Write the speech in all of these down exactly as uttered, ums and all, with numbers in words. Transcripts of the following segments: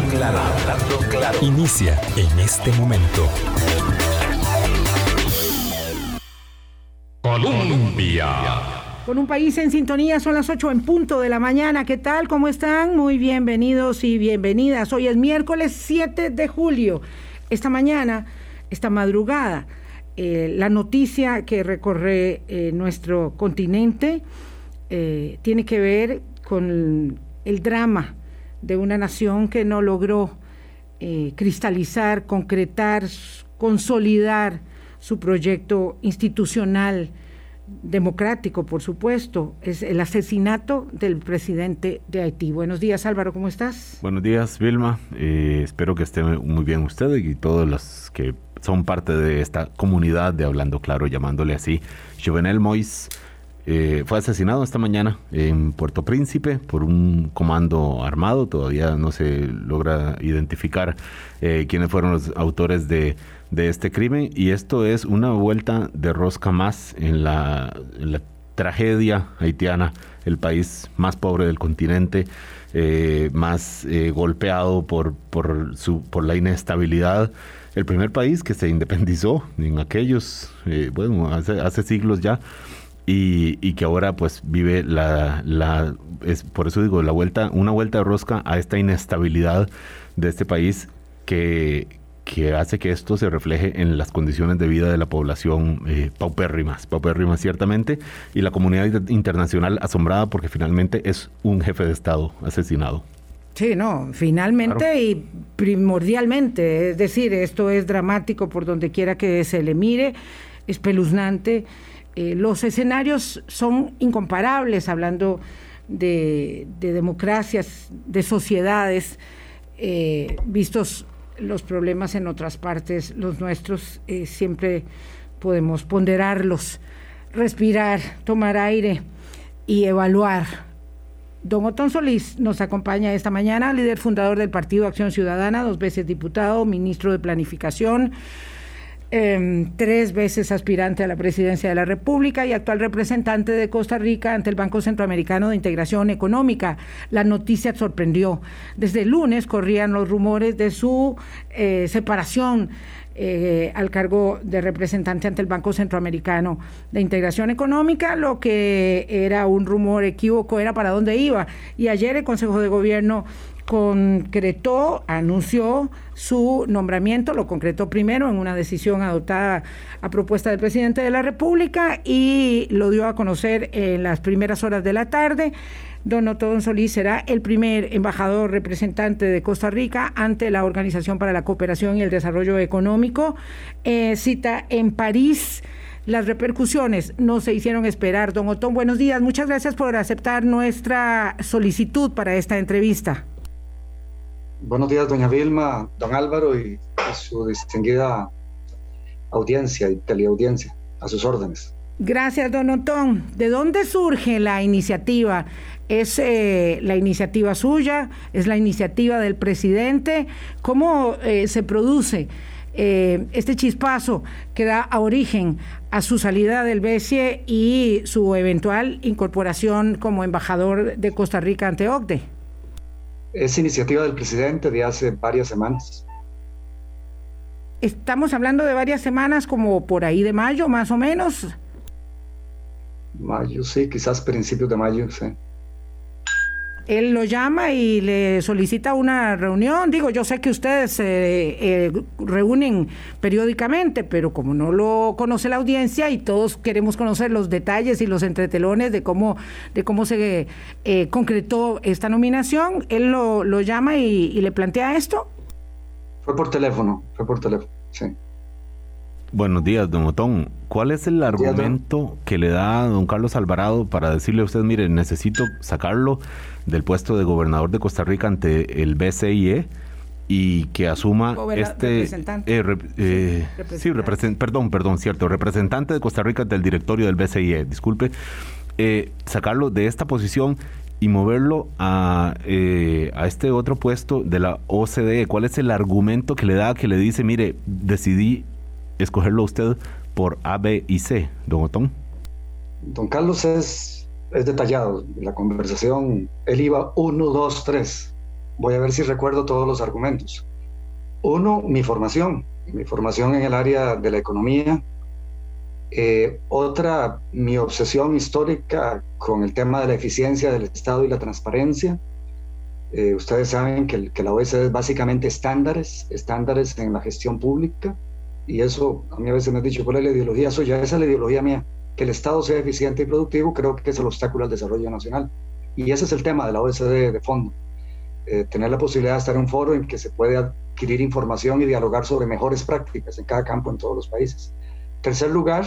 claro, hablando claro. Inicia en este momento. Colombia. Con un país en sintonía, son las ocho en punto de la mañana. ¿Qué tal? ¿Cómo están? Muy bienvenidos y bienvenidas. Hoy es miércoles siete de julio. Esta mañana, esta madrugada, eh, la noticia que recorre eh, nuestro continente eh, tiene que ver con el drama de una nación que no logró eh, cristalizar, concretar, consolidar su proyecto institucional, democrático, por supuesto. Es el asesinato del presidente de Haití. Buenos días, Álvaro, ¿cómo estás? Buenos días, Vilma. Eh, espero que esté muy bien usted y todos los que son parte de esta comunidad de Hablando Claro, llamándole así. Jovenel Moïse eh, fue asesinado esta mañana en Puerto Príncipe por un comando armado. Todavía no se logra identificar eh, quiénes fueron los autores de de este crimen, y esto es una vuelta de rosca más en la, en la tragedia haitiana, el país más pobre del continente, eh, más eh, golpeado por, por, su, por la inestabilidad, el primer país que se independizó en aquellos, eh, bueno, hace, hace siglos ya, y, y que ahora pues vive la, la, es por eso digo, la vuelta, una vuelta de rosca a esta inestabilidad de este país que que hace que esto se refleje en las condiciones de vida de la población eh, paupérrimas, paupérrimas ciertamente, y la comunidad internacional asombrada porque finalmente es un jefe de Estado asesinado. Sí, no, finalmente claro. Y primordialmente, es decir, esto es dramático por donde quiera que se le mire, espeluznante. Eh, los escenarios son incomparables, hablando de, de democracias, de sociedades, eh, vistos los problemas en otras partes, los nuestros, eh, siempre podemos ponderarlos, respirar, tomar aire y evaluar. Don Otón Solís nos acompaña esta mañana, líder fundador del Partido Acción Ciudadana, dos veces diputado, ministro de Planificación, eh, tres veces aspirante a la presidencia de la República y actual representante de Costa Rica ante el Banco Centroamericano de Integración Económica. La noticia sorprendió. Desde el lunes corrían los rumores de su eh, separación eh, al cargo de representante ante el Banco Centroamericano de Integración Económica. Lo que era un rumor equívoco era para dónde iba. Y ayer el Consejo de Gobierno concretó, anunció su nombramiento, lo concretó primero en una decisión adoptada a propuesta del presidente de la República y lo dio a conocer en las primeras horas de la tarde. Don Otón Solís será el primer embajador representante de Costa Rica ante la Organización para la Cooperación y el Desarrollo Económico. Eh, cita en París. Las repercusiones no se hicieron esperar. Don Otón, buenos días. Muchas gracias por aceptar nuestra solicitud para esta entrevista. Buenos días, doña Vilma, don Álvaro y a su distinguida audiencia y teleaudiencia, a sus órdenes. Gracias, don Otón. ¿De dónde surge la iniciativa? ¿Es eh, la iniciativa suya? ¿Es la iniciativa del presidente? ¿Cómo eh, se produce eh, este chispazo que da a origen a su salida del B C E y su eventual incorporación como embajador de Costa Rica ante O C D E? Es iniciativa del presidente de hace varias semanas. Estamos hablando de varias semanas, como por ahí de mayo, más o menos. Mayo, sí, quizás principios de mayo, sí. Él lo llama y le solicita una reunión. Digo, yo sé que ustedes eh, eh, reúnen periódicamente, pero como no lo conoce la audiencia y todos queremos conocer los detalles y los entretelones de cómo, de cómo se eh, concretó esta nominación, él lo, lo llama y, y le plantea esto. Fue por teléfono, fue por teléfono, sí. Buenos días, don Otón. ¿Cuál es el argumento que le da a don Carlos Alvarado para decirle a usted, mire, necesito sacarlo del puesto de gobernador de Costa Rica ante el B C I E y que asuma Goberna, este... Representante. Eh, re, eh, representante. Sí, represent, perdón, perdón, cierto, representante de Costa Rica del directorio del B C I E, disculpe, eh, sacarlo de esta posición y moverlo a, eh, a este otro puesto de la O C D E. ¿Cuál es el argumento que le da, que le dice, mire, decidí escogerlo a usted por A, B y C, don Otón? Don Carlos es, es detallado. En la conversación, él iba uno, dos, tres. voy a ver si recuerdo todos los argumentos. Uno, mi formación, mi formación en el área de la economía. Eh, otra, mi obsesión histórica con el tema de la eficiencia del Estado y la transparencia. Eh, ustedes saben que, el, que la O E C D es básicamente estándares, estándares en la gestión pública, y eso, a mí a veces me han dicho, ¿cuál es la ideología? Eso ya esa es la ideología mía, que el Estado sea eficiente y productivo, creo que es el obstáculo al desarrollo nacional. Y ese es el tema de la O E C D de fondo. Eh, tener la posibilidad de estar en un foro en que se puede adquirir información y dialogar sobre mejores prácticas en cada campo en todos los países. Tercer lugar,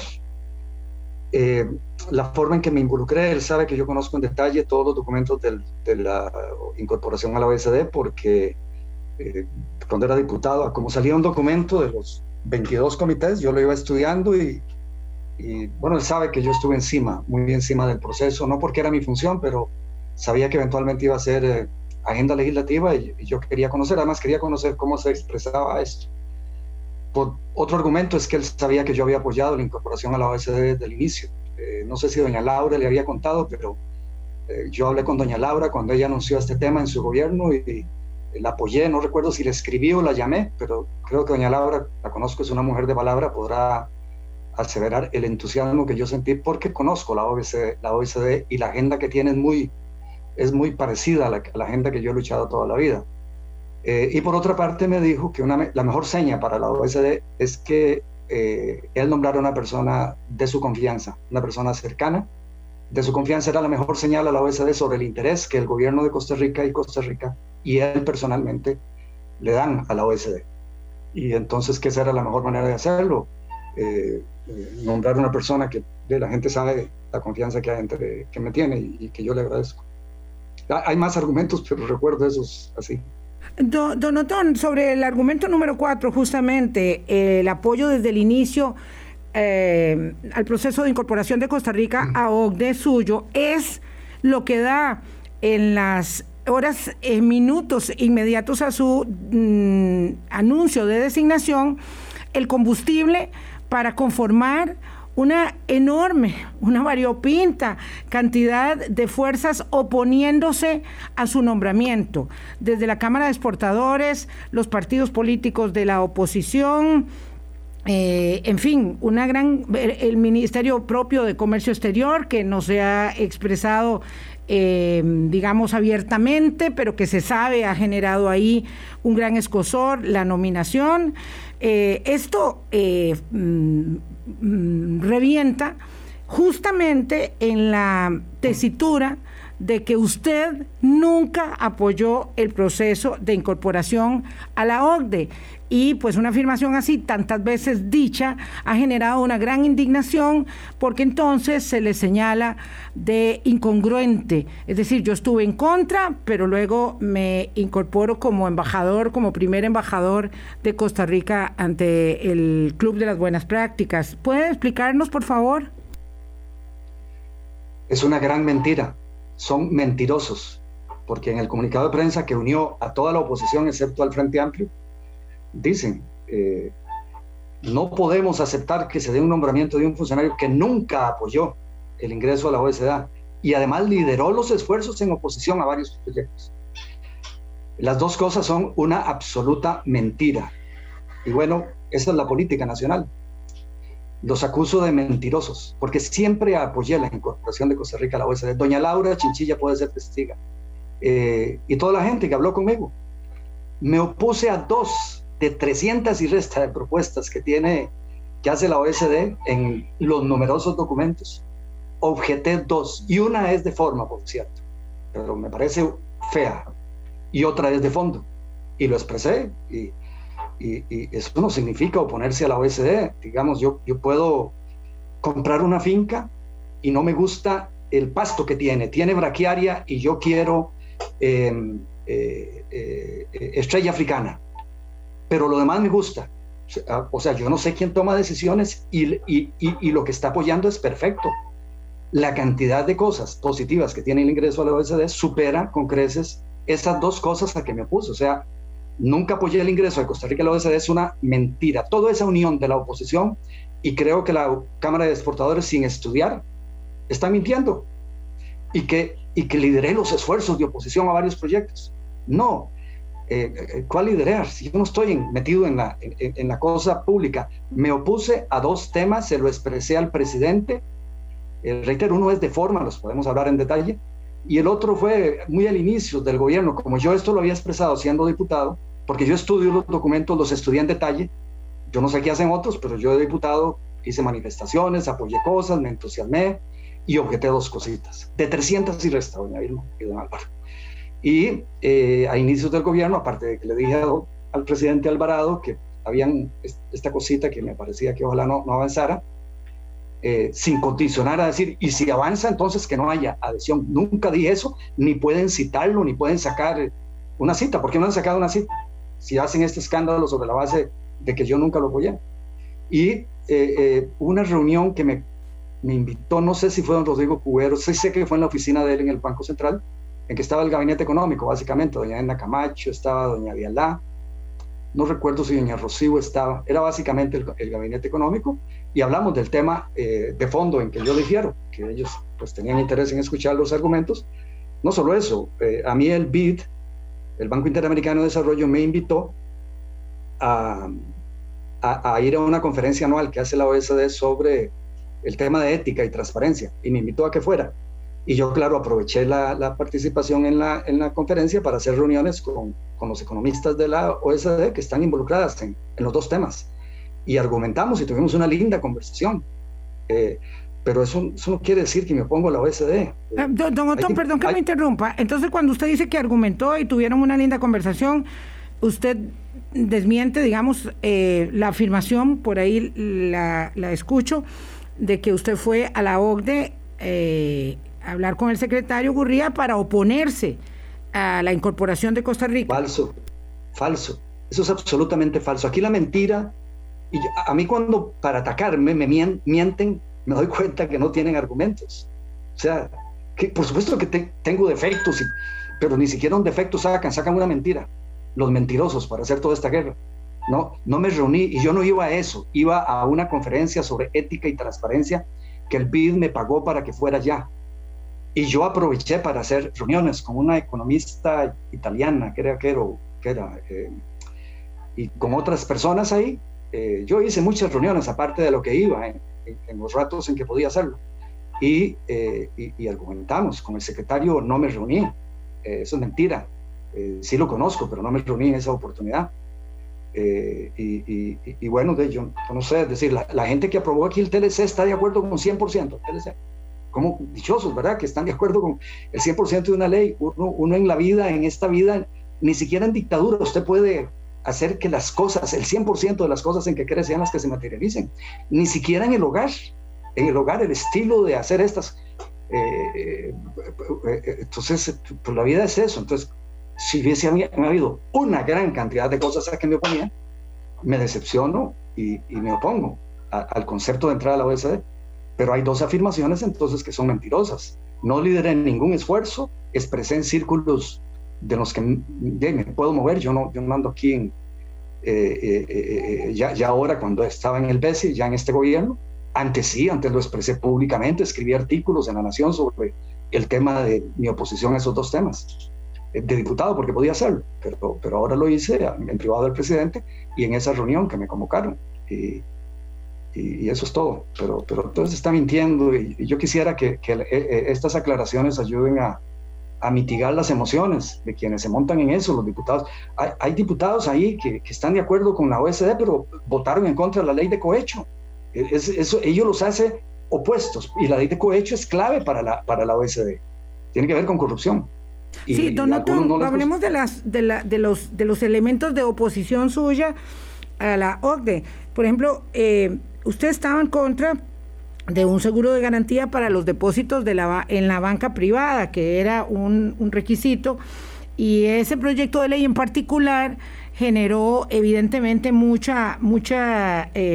eh, la forma en que me involucré. Él sabe que yo conozco en detalle todos los documentos del, de la incorporación a la O E C D, porque eh, cuando era diputado, como salía un documento de los veintidós comités, yo lo iba estudiando y, y bueno, él sabe que yo estuve encima, muy encima del proceso, no porque era mi función, pero sabía que eventualmente iba a ser eh, agenda legislativa y, y yo quería conocer, además quería conocer cómo se expresaba esto. Por, otro argumento es que él sabía que yo había apoyado la incorporación a la O E C D desde el inicio. Eh, no sé si doña Laura le había contado, pero eh, yo hablé con doña Laura cuando ella anunció este tema en su gobierno y, y la apoyé. No recuerdo si le escribí o la llamé, pero creo que doña Laura, la conozco, es una mujer de palabra, podrá aseverar el entusiasmo que yo sentí porque conozco la O E C D, la O E C D y la agenda que tiene es muy, es muy parecida a la, a la agenda que yo he luchado toda la vida. Eh, y por otra parte me dijo que una, la mejor seña para la O E C D es que eh, él nombrara una persona de su confianza, una persona cercana. De su confianza era la mejor señal a la O E C D sobre el interés que el gobierno de Costa Rica y Costa Rica y él personalmente le dan a la O E C D. Y entonces que esa era la mejor manera de hacerlo, eh, eh, nombrar una persona que de la gente sabe la confianza que hay entre, que me tiene y, y que yo le agradezco. Hay más argumentos, pero recuerdo esos así. Don, don Otón, sobre el argumento número cuatro, justamente eh, el apoyo desde el inicio eh, al proceso de incorporación de Costa Rica a O C D E suyo, es lo que da en las horas, eh, minutos inmediatos a su mm, anuncio de designación, el combustible para conformar una enorme, una variopinta cantidad de fuerzas oponiéndose a su nombramiento, desde la Cámara de Exportadores, los partidos políticos de la oposición, eh, en fin, una gran, el Ministerio propio de Comercio Exterior, que no se ha expresado Eh, digamos abiertamente, pero que se sabe ha generado ahí un gran escozor, la nominación. Eh, esto eh, mm, revienta justamente en la tesitura de que usted nunca apoyó el proceso de incorporación a la O C D E. Y pues una afirmación así, tantas veces dicha, ha generado una gran indignación porque entonces se le señala de incongruente. Es decir, yo estuve en contra, pero luego me incorporo como embajador, como primer embajador de Costa Rica ante el Club de las Buenas Prácticas. ¿Puede explicarnos, por favor? Es una gran mentira. Son mentirosos, porque en el comunicado de prensa que unió a toda la oposición, excepto al Frente Amplio, dicen, eh, no podemos aceptar que se dé un nombramiento de un funcionario que nunca apoyó el ingreso a la O E C D y además lideró los esfuerzos en oposición a varios proyectos. Las dos cosas son una absoluta mentira. Y bueno, esa es la política nacional. Los acuso de mentirosos, porque siempre apoyé la incorporación de Costa Rica a la O E C D. Doña Laura Chinchilla puede ser testiga. Eh, y toda la gente que habló conmigo. Me opuse a dos de trescientas y resta de propuestas que tiene, que hace la O E C D en los numerosos documentos. Objeté dos, y una es de forma, por cierto, pero me parece fea, y otra es de fondo, y lo expresé, y, y, y eso no significa oponerse a la O E C D. Digamos, yo, yo puedo comprar una finca y no me gusta el pasto que tiene, tiene braquiaria y yo quiero eh, eh, eh, estrella africana, pero lo demás me gusta. O sea, yo no sé quién toma decisiones y, y, y, y lo que está apoyando es perfecto. La cantidad de cosas positivas que tiene el ingreso a la O E C D supera con creces esas dos cosas a que me opuse. O sea, nunca apoyé el ingreso de Costa Rica a la O E C D, es una mentira. Toda esa unión de la oposición, y creo que la Cámara de Exportadores, sin estudiar, está mintiendo. Y que, y que lideré los esfuerzos de oposición a varios proyectos. No, eh, ¿cuál liderar? Si yo no estoy en, metido en la, en, en la cosa pública. Me opuse a dos temas, se lo expresé al presidente. Eh, reitero, uno es de forma, los podemos hablar en detalle, y el otro fue muy al inicio del gobierno, como yo esto lo había expresado siendo diputado, porque yo estudio los documentos, los estudié en detalle. Yo no sé qué hacen otros, pero yo de diputado hice manifestaciones, apoyé cosas, me entusiasmé y objeté dos cositas. De trescientas y resta, doña Vilma y don Álvaro. Y eh, a inicios del gobierno, aparte de que le dije a, al presidente Alvarado que habían esta cosita que me parecía que ojalá no, no avanzara, eh, sin condicionar a decir, y si avanza, entonces que no haya adhesión. Nunca dije eso, ni pueden citarlo, ni pueden sacar una cita. ¿Por qué no han sacado una cita? Si hacen este escándalo sobre la base de que yo nunca lo apoyé. Y eh, eh, una reunión que me, me invitó, no sé si fue don Rodrigo Cubero, sí sé que fue en la oficina de él en el Banco Central, en que estaba el gabinete económico, básicamente, doña Edna Camacho, estaba doña Vialá, no recuerdo si doña Rocío estaba, era básicamente el, el gabinete económico, y hablamos del tema eh, de fondo en que yo difiero, que ellos pues tenían interés en escuchar los argumentos. No solo eso, eh, a mí el B I D, el Banco Interamericano de Desarrollo, me invitó a, a, a ir a una conferencia anual que hace la O E C D sobre el tema de ética y transparencia, y me invitó a que fuera. Y yo, claro, aproveché la, la participación en la, en la conferencia para hacer reuniones con, con los economistas de la O E C D que están involucradas en, en los dos temas. Y argumentamos y tuvimos una linda conversación. Eh, pero eso, eso no quiere decir que me opongo a la O E C D. Eh, don, don Otón, perdón que hay, me interrumpa. Entonces, cuando usted dice que argumentó y tuvieron una linda conversación, usted desmiente, digamos, eh, la afirmación, por ahí la, la escucho, de que usted fue a la O C D eh, hablar con el secretario Gurría para oponerse a la incorporación de Costa Rica. Falso, falso. Eso es absolutamente falso. Aquí la mentira, y yo, a mí cuando para atacarme me mienten, me doy cuenta que no tienen argumentos. O sea, que por supuesto que te, tengo defectos, y, pero ni siquiera un defecto sacan, sacan una mentira. Los mentirosos para hacer toda esta guerra. No, no me reuní, y yo no iba a eso, iba a una conferencia sobre ética y transparencia que el B I D me pagó para que fuera allá. Y yo aproveché para hacer reuniones con una economista italiana, creo que era, que era eh, y con otras personas ahí. Eh, yo hice muchas reuniones, aparte de lo que iba, en, en, en los ratos en que podía hacerlo. Y, eh, y, y argumentamos. Con el secretario no me reuní. Eh, eso es mentira. Eh, sí lo conozco, pero no me reuní en esa oportunidad. Eh, y, y, y bueno, de, yo, yo no sé, es decir, la, la gente que aprobó aquí el T L C está de acuerdo con cien por ciento del T L C. Como dichosos, ¿verdad? Que están de acuerdo con el cien por ciento de una ley. Uno, uno en la vida, en esta vida, ni siquiera en dictadura, usted puede hacer que las cosas, el cien por ciento de las cosas en que cree sean las que se materialicen. Ni siquiera en el hogar. En el hogar, el estilo de hacer estas. Eh, eh, entonces, pues la vida es eso. Entonces, si hubiese habido una gran cantidad de cosas a que me oponía, me decepciono y, y me opongo a, al concepto de entrar a la O E C D. Pero hay dos afirmaciones entonces que son mentirosas. No lideré ningún esfuerzo, expresé en círculos de los que de, me puedo mover. Yo no, yo no ando aquí en, eh, eh, eh, ya, ya ahora cuando estaba en el B E S I, ya en este gobierno. Antes sí, antes lo expresé públicamente, escribí artículos en La Nación sobre el tema de mi oposición a esos dos temas, de diputado, porque podía hacerlo, pero, pero ahora lo hice en privado del presidente y en esa reunión que me convocaron. Y, y, y eso es todo, pero, pero entonces está mintiendo, y, y yo quisiera que, que eh, estas aclaraciones ayuden a, a mitigar las emociones de quienes se montan en eso, los diputados. Hay, hay diputados ahí que, que están de acuerdo con la O E C D, pero votaron en contra de la ley de cohecho. Es, eso, ellos los hace opuestos, y la ley de cohecho es clave para la, para la O E C D. Tiene que ver con corrupción. Y, sí, don Otón, no hablemos de, las, de, la, de, los, de los elementos de oposición suya a la O C D E. Por ejemplo, eh, usted estaba en contra de un seguro de garantía para los depósitos de la, en la banca privada, que era un, un requisito, y ese proyecto de ley en particular generó evidentemente mucha, mucha eh,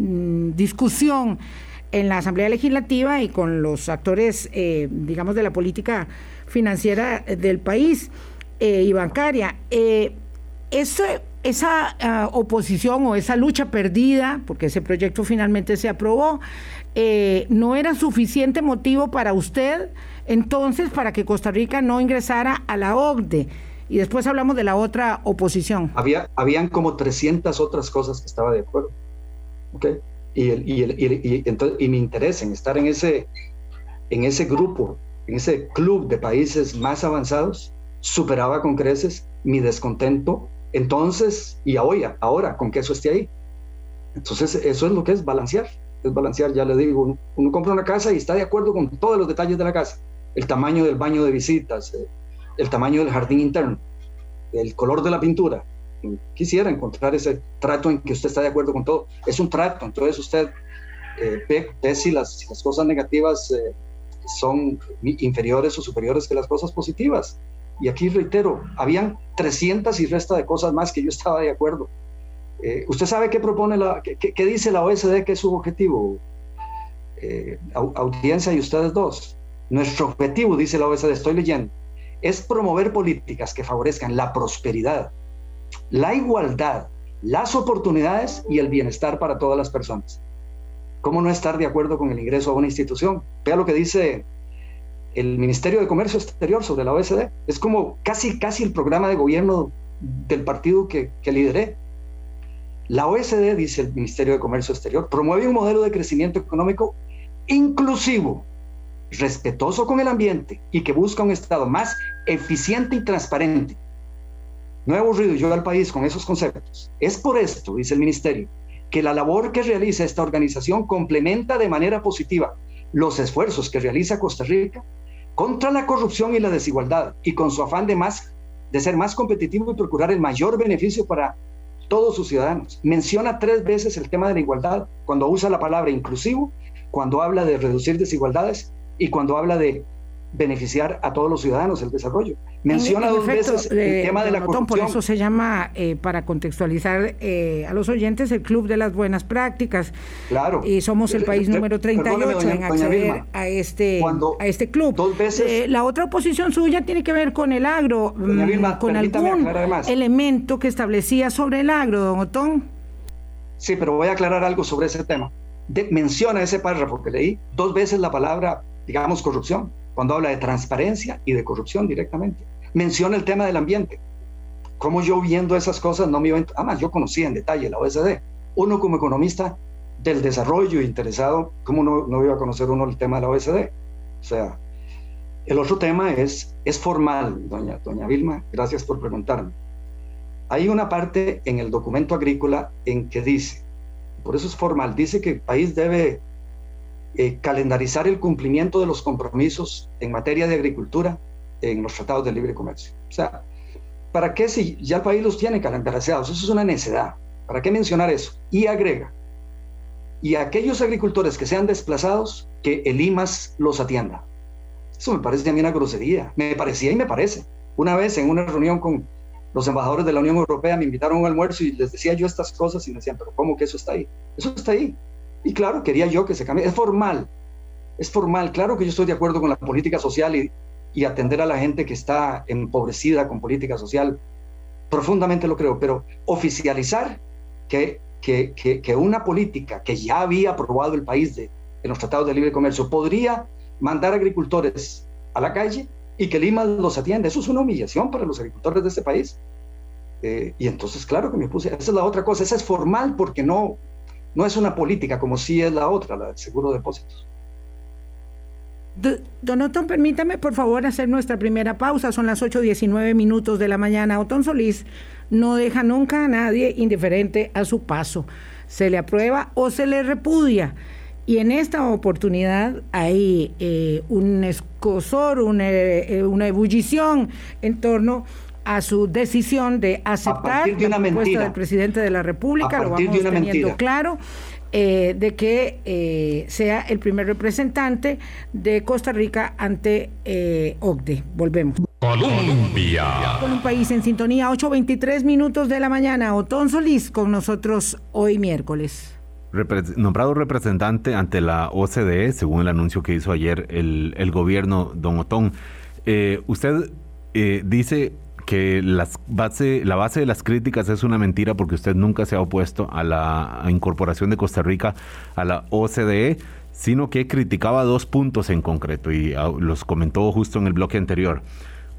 discusión en la Asamblea Legislativa y con los actores, eh, digamos, de la política financiera del país eh, y bancaria. Eh, eso, esa uh, oposición o esa lucha perdida, porque ese proyecto finalmente se aprobó, eh, no era suficiente motivo para usted, entonces, para que Costa Rica no ingresara a la O C D E. Y después hablamos de la otra oposición. Había, habían como trescientas otras cosas que estaba de acuerdo. ¿Okay? Y, el, y, el, y, el, y, entonces, y mi interés en estar en ese, en ese grupo, en ese club de países más avanzados, superaba con creces mi descontento entonces y hoy, ahora, con que eso esté ahí. Entonces eso es lo que es balancear, es balancear, ya le digo, uno, uno compra una casa y está de acuerdo con todos los detalles de la casa, el tamaño del baño de visitas, eh, el tamaño del jardín interno, el color de la pintura. Quisiera encontrar ese trato en que usted está de acuerdo con todo. Es un trato, entonces usted eh, ve, ve si, las, si las cosas negativas eh, son inferiores o superiores que las cosas positivas. Y aquí reitero, habían trescientas y resta de cosas más que yo estaba de acuerdo. Eh, ¿Usted sabe qué propone la, qué, qué dice la O E C D que es su objetivo? Eh, audiencia y ustedes dos. Nuestro objetivo, dice la O E C D, estoy leyendo, es promover políticas que favorezcan la prosperidad, la igualdad, las oportunidades y el bienestar para todas las personas. ¿Cómo no estar de acuerdo con el ingreso a una institución? Vea lo que dice el Ministerio de Comercio Exterior sobre la O E C D. Es como casi, casi el programa de gobierno del partido que, que lideré. La O E C D, dice el Ministerio de Comercio Exterior, promueve un modelo de crecimiento económico inclusivo, respetuoso con el ambiente y que busca un Estado más eficiente y transparente. No he aburrido yo al país con esos conceptos. Es por esto, dice el Ministerio, que la labor que realiza esta organización complementa de manera positiva los esfuerzos que realiza Costa Rica contra la corrupción y la desigualdad y con su afán de, más, de ser más competitivo y procurar el mayor beneficio para todos sus ciudadanos. Menciona tres veces el tema de la igualdad cuando usa la palabra inclusivo, cuando habla de reducir desigualdades y cuando habla de beneficiar a todos los ciudadanos el desarrollo. Menciona en, en dos efecto, veces el eh, tema de la corrupción. Por eso se llama, eh, para contextualizar eh, a los oyentes, el Club de las Buenas Prácticas. Claro. Y somos el país eh, número treinta y ocho doña, en acceder Vilma, a, este, a este club. Dos veces, eh, la otra oposición suya tiene que ver con el agro, Vilma, con algún elemento que establecía sobre el agro, don Otón. Sí, pero voy a aclarar algo sobre ese tema. De, menciona ese párrafo que leí dos veces la palabra, digamos, corrupción, cuando habla de transparencia y de corrupción directamente. Menciona el tema del ambiente. Como yo viendo esas cosas no me iba a... Además, yo conocía en detalle la O E C D. Uno como economista del desarrollo interesado, ¿cómo no, no iba a conocer uno el tema de la O E C D? O sea, el otro tema es, es formal, doña, doña Vilma, gracias por preguntarme. Hay una parte en el documento agrícola en que dice, por eso es formal, dice que el país debe eh, calendarizar el cumplimiento de los compromisos en materia de agricultura en los tratados de libre comercio. O sea, ¿para qué si ya el país los tiene calendarizados? Eso es una necedad. ¿Para qué mencionar eso? Y agrega, y aquellos agricultores que sean desplazados, que el I M A S los atienda. Eso me parece también una grosería. Me parecía y me parece. Una vez en una reunión con los embajadores de la Unión Europea me invitaron a un almuerzo y les decía yo estas cosas y me decían, pero ¿cómo que eso está ahí? Eso está ahí. Y claro, quería yo que se cambie. Es formal. Es formal. Claro que yo estoy de acuerdo con la política social y y atender a la gente que está empobrecida con política social, profundamente lo creo, pero oficializar que, que, que, que una política que ya había aprobado el país de, en los tratados de libre comercio podría mandar agricultores a la calle y que Lima los atienda, eso es una humillación para los agricultores de este país. Eh, y entonces, claro que me puse, esa es la otra cosa, esa es formal porque no, no es una política como sí es la otra, la del seguro de depósitos. Don Otón, permítame por favor hacer nuestra primera pausa, son las ocho diecinueve minutos de la mañana. Otón Solís no deja nunca a nadie indiferente a su paso, se le aprueba o se le repudia, y en esta oportunidad hay eh, un escozor, una, eh, una ebullición en torno a su decisión de aceptar de la propuesta mentira. del presidente de la República, lo vamos de teniendo mentira. claro. Eh, de que eh, sea el primer representante de Costa Rica ante eh, O C D E. Volvemos. Colombia. Con un país en sintonía, ocho veintitrés minutos de la mañana. Otón Solís con nosotros hoy miércoles. Repre- nombrado representante ante la O C D E, según el anuncio que hizo ayer el, el gobierno, don Otón. Eh, usted eh, dice que las base, la base de las críticas es una mentira porque usted nunca se ha opuesto a la incorporación de Costa Rica a la O C D E, sino que criticaba dos puntos en concreto y los comentó justo en el bloque anterior.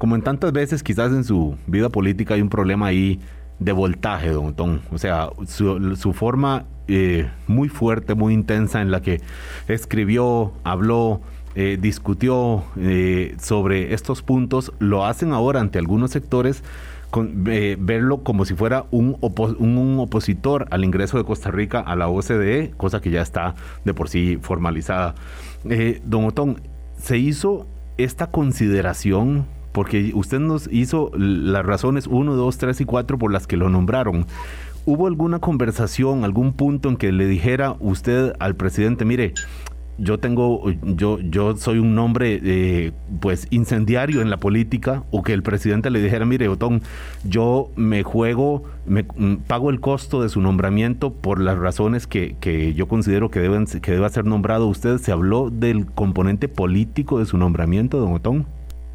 como en tantas veces quizás en su vida política hay un problema ahí de voltaje, don Otón. O sea, su, su forma eh, muy fuerte, muy intensa en la que escribió, habló, eh, discutió eh, sobre estos puntos, lo hacen ahora ante algunos sectores con, eh, verlo como si fuera un, opo- un, un opositor al ingreso de Costa Rica a la O C D E, cosa que ya está de por sí formalizada. Eh, don Otón, ¿se hizo esta consideración? Porque usted nos hizo las razones uno, dos, tres y cuatro por las que lo nombraron. ¿Hubo alguna conversación, algún punto en que le dijera usted al presidente, mire, yo tengo, yo, yo soy un hombre eh, pues incendiario en la política, o que el presidente le dijera, mire, Otón, yo me juego, me pago el costo de su nombramiento por las razones que, que yo considero que deben, que deba ser nombrado usted? ¿Se habló del componente político de su nombramiento, don Otón?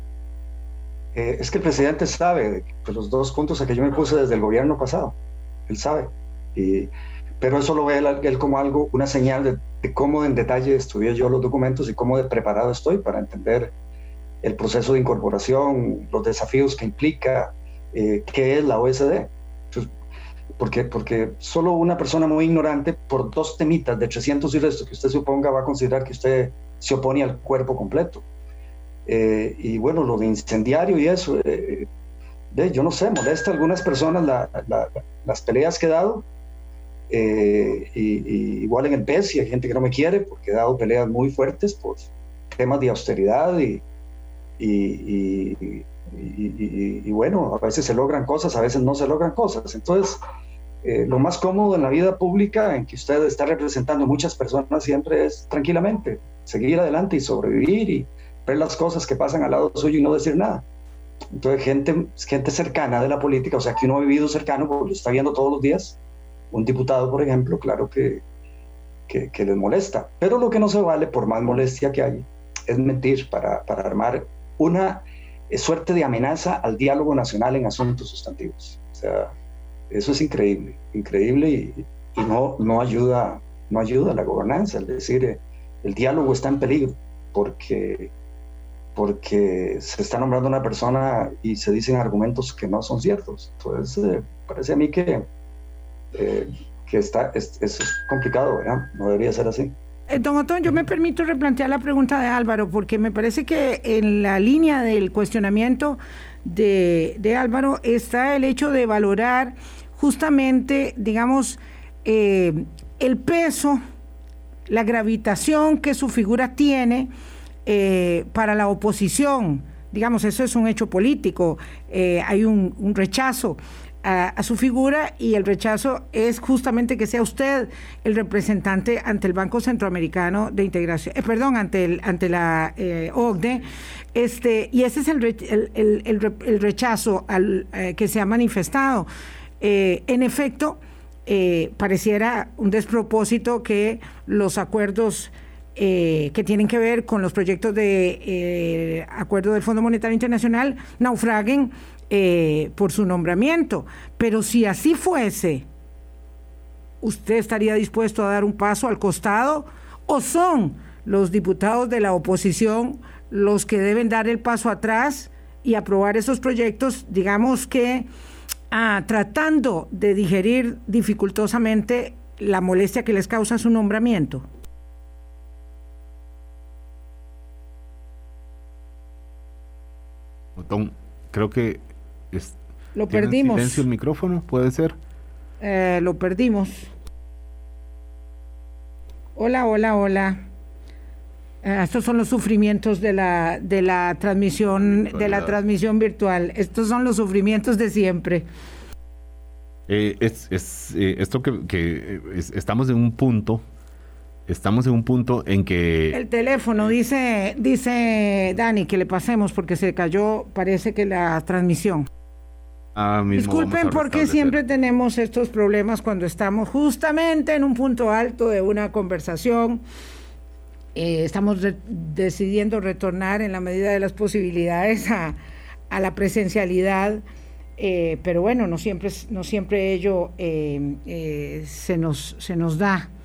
Eh, es que el presidente sabe de los dos puntos a que yo me puse desde el gobierno pasado. Él sabe. Y, pero eso lo ve él, él como algo, una señal de, de cómo en detalle estudié yo los documentos y cómo de preparado estoy para entender el proceso de incorporación, los desafíos que implica, eh, qué es la O S D. Entonces, porque, porque solo una persona muy ignorante, por dos temitas de trescientos y resto que usted suponga, va a considerar que usted se opone al cuerpo completo. Eh, y bueno, lo de incendiario y eso, eh, de, yo no sé, molesta a algunas personas la, la, las peleas que he dado, eh, y, y igual en el P E S, y hay gente que no me quiere porque he dado peleas muy fuertes por temas de austeridad y, y, y, y, y, y bueno, a veces se logran cosas, a veces no se logran cosas. Entonces, eh, lo más cómodo en la vida pública, en que usted está representando a muchas personas, siempre es tranquilamente seguir adelante y sobrevivir y ver las cosas que pasan al lado suyo y no decir nada. Entonces, gente, gente cercana de la política, o sea, que uno ha vivido cercano porque lo está viendo todos los días, un diputado, por ejemplo, claro que, que, que les molesta. Pero lo que no se vale, por más molestia que haya, es mentir para, para armar una suerte de amenaza al diálogo nacional en asuntos sustantivos. O sea, eso es increíble, increíble y, y no, no, ayuda, no ayuda a la gobernanza. Es decir, el diálogo está en peligro porque... porque se está nombrando una persona y se dicen argumentos que no son ciertos. Entonces, eh, parece a mí que, eh, que está, es, es complicado, ¿verdad? No debería ser así. Eh, don Otón, yo me permito replantear la pregunta de Álvaro, porque me parece que en la línea del cuestionamiento de, de Álvaro está el hecho de valorar justamente, digamos, eh, el peso, la gravitación que su figura tiene Eh, para la oposición. Digamos, eso es un hecho político, eh, hay un, un rechazo a, a su figura, y el rechazo es justamente que sea usted el representante ante el Banco Centroamericano de Integración, eh, perdón, ante, el, ante la eh, O C D E, este, y ese es el, el, el, el, el rechazo al, eh, que se ha manifestado. Eh, en efecto, eh, pareciera un despropósito que los acuerdos Eh, que tienen que ver con los proyectos de eh, acuerdo del Fondo Monetario Internacional naufraguen eh, por su nombramiento. Pero si así fuese, ¿usted estaría dispuesto a dar un paso al costado? ¿O son los diputados de la oposición los que deben dar el paso atrás y aprobar esos proyectos, digamos que ah, tratando de digerir dificultosamente la molestia que les causa su nombramiento? Otón, creo que es, lo perdimos. ¿Silencio el micrófono? ¿Puede ser? Eh, lo perdimos. Hola, hola, hola. Eh, estos son los sufrimientos de la de la transmisión de la transmisión virtual. Estos son los sufrimientos de siempre. Eh, es es eh, esto que, que es, estamos en un punto. Estamos en un punto en que... El teléfono, dice dice Dani, que le pasemos porque se cayó, parece que la transmisión. Ah, Disculpen porque siempre tenemos estos problemas cuando estamos justamente en un punto alto de una conversación. Eh, estamos re- decidiendo retornar en la medida de las posibilidades a, a la presencialidad, eh, pero bueno, no siempre, no siempre ello eh, eh, se nos, se nos da.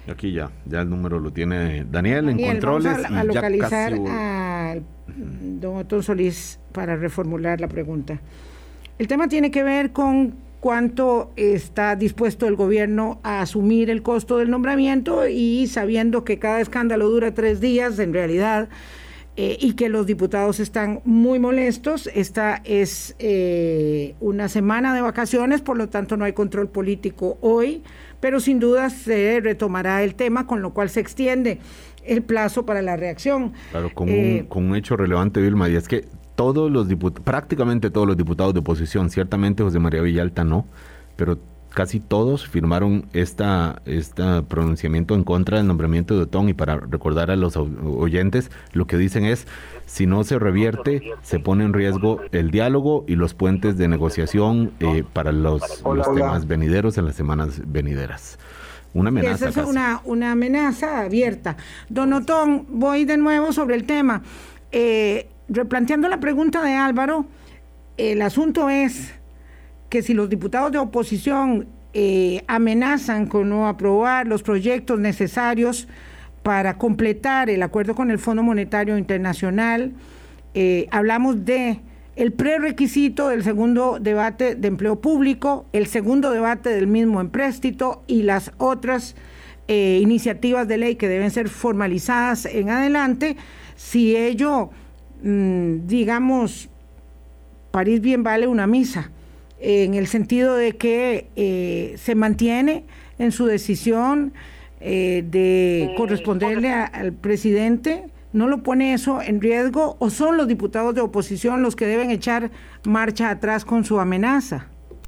Aquí ya, ya el número lo tiene Daniel, Daniel en controles. Vamos a, a localizar casi... a don Otón Solís para reformular la pregunta. El tema tiene que ver con cuánto está dispuesto el gobierno a asumir el costo del nombramiento, y sabiendo que cada escándalo dura tres días en realidad, eh, y que los diputados están muy molestos. Esta es eh, una semana de vacaciones, por lo tanto no hay control político hoy, pero sin duda se retomará el tema, con lo cual se extiende el plazo para la reacción. Claro, con, eh, un, con un hecho relevante, Vilma, y es que todos los diputados, prácticamente todos los diputados de oposición, ciertamente José María Villalta no, pero casi todos firmaron esta, este pronunciamiento en contra del nombramiento de Otón. Y para recordar a los oyentes, lo que dicen es: si no se revierte, se pone en riesgo el diálogo y los puentes de negociación eh, para los, los temas venideros en las semanas venideras. Una amenaza. Esa es una, una amenaza abierta. Don Otón, voy de nuevo sobre el tema. Eh, replanteando la pregunta de Álvaro, el asunto es que si los diputados de oposición eh, amenazan con no aprobar los proyectos necesarios para completar el acuerdo con el Fondo Monetario Internacional, eh, hablamos de el prerequisito del segundo debate de empleo público, el segundo debate del mismo empréstito y las otras eh, iniciativas de ley que deben ser formalizadas en adelante. Si ello, mmm, digamos, París bien vale una misa, en el sentido de que eh, se mantiene en su decisión eh, de corresponderle a, al presidente. ¿No lo pone eso en riesgo, o son los diputados de oposición los que deben echar marcha atrás con su amenaza?